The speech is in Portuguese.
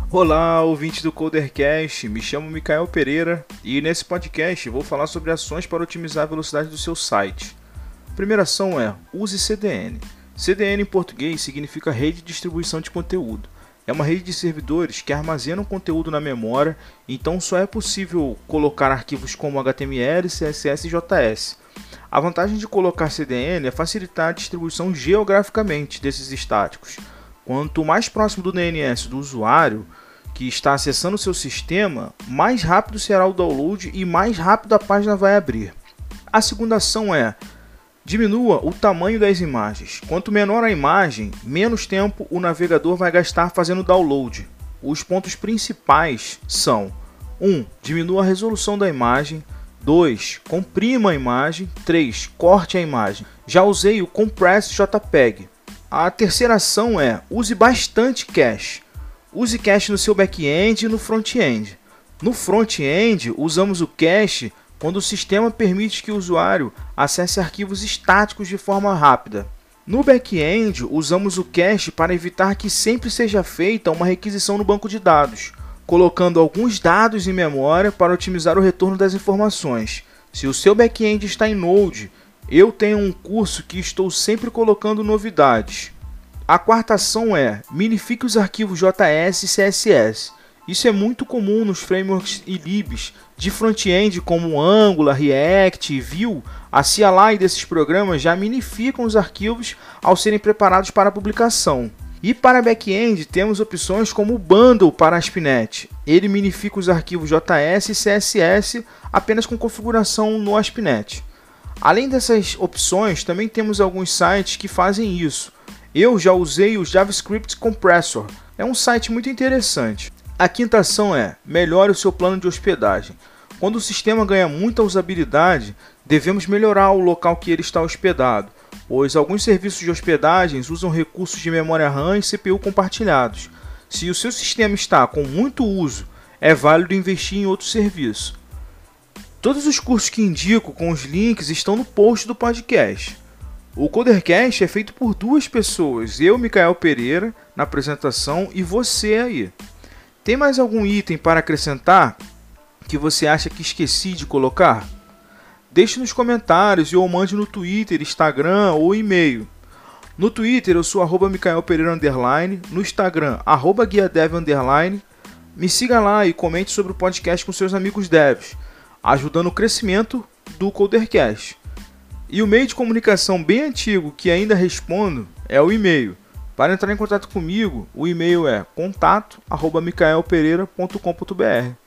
Olá, ouvintes do Codercast, me chamo Micael Pereira e nesse podcast vou falar sobre ações para otimizar a velocidade do seu site. A primeira ação é use CDN. CDN em português significa Rede de Distribuição de Conteúdo. É uma rede de servidores que armazenam conteúdo na memória, então só é possível colocar arquivos como HTML, CSS e JS. A vantagem de colocar CDN é facilitar a distribuição geograficamente desses estáticos. Quanto mais próximo do DNS do usuário que está acessando o seu sistema, mais rápido será o download e mais rápido a página vai abrir. A segunda ação é diminua o tamanho das imagens. Quanto menor a imagem, menos tempo o navegador vai gastar fazendo download. Os pontos principais são 1. Diminua a resolução da imagem. 2. Comprima a imagem. 3. Corte a imagem. Já usei o Compress JPEG. A terceira ação é use bastante cache. Use cache no seu back-end e no front-end. No front-end, usamos o cache quando o sistema permite que o usuário acesse arquivos estáticos de forma rápida. No back-end, usamos o cache para evitar que sempre seja feita uma requisição no banco de dados, colocando alguns dados em memória para otimizar o retorno das informações. Se o seu back-end está em Node, eu tenho um curso que estou sempre colocando novidades. A quarta ação é minifique os arquivos JS e CSS. Isso é muito comum nos frameworks e libs de front-end como Angular, React e Vue. A CLI desses programas já minificam os arquivos ao serem preparados para a publicação. E para back-end temos opções como o Bundle para ASP.NET. Ele minifica os arquivos JS e CSS apenas com configuração no ASP.NET. Além dessas opções, também temos alguns sites que fazem isso. Eu já usei o JavaScript Compressor. É um site muito interessante. A quinta ação é melhore o seu plano de hospedagem. Quando o sistema ganha muita usabilidade, devemos melhorar o local que ele está hospedado, pois alguns serviços de hospedagens usam recursos de memória RAM e CPU compartilhados. Se o seu sistema está com muito uso, é válido investir em outro serviço. Todos os cursos que indico com os links estão no post do podcast. O Codercast é feito por duas pessoas, eu, Micael Pereira, na apresentação, e você aí. Tem mais algum item para acrescentar que você acha que esqueci de colocar? Deixe nos comentários ou mande no Twitter, Instagram ou e-mail. No Twitter eu sou @micaelpereira_, no Instagram @guiadev_. Me siga lá e comente sobre o podcast com seus amigos devs, ajudando o crescimento do Codercast. E o meio de comunicação bem antigo que ainda respondo é o e-mail. Para entrar em contato comigo, o e-mail é contato@micaelpereira.com.br.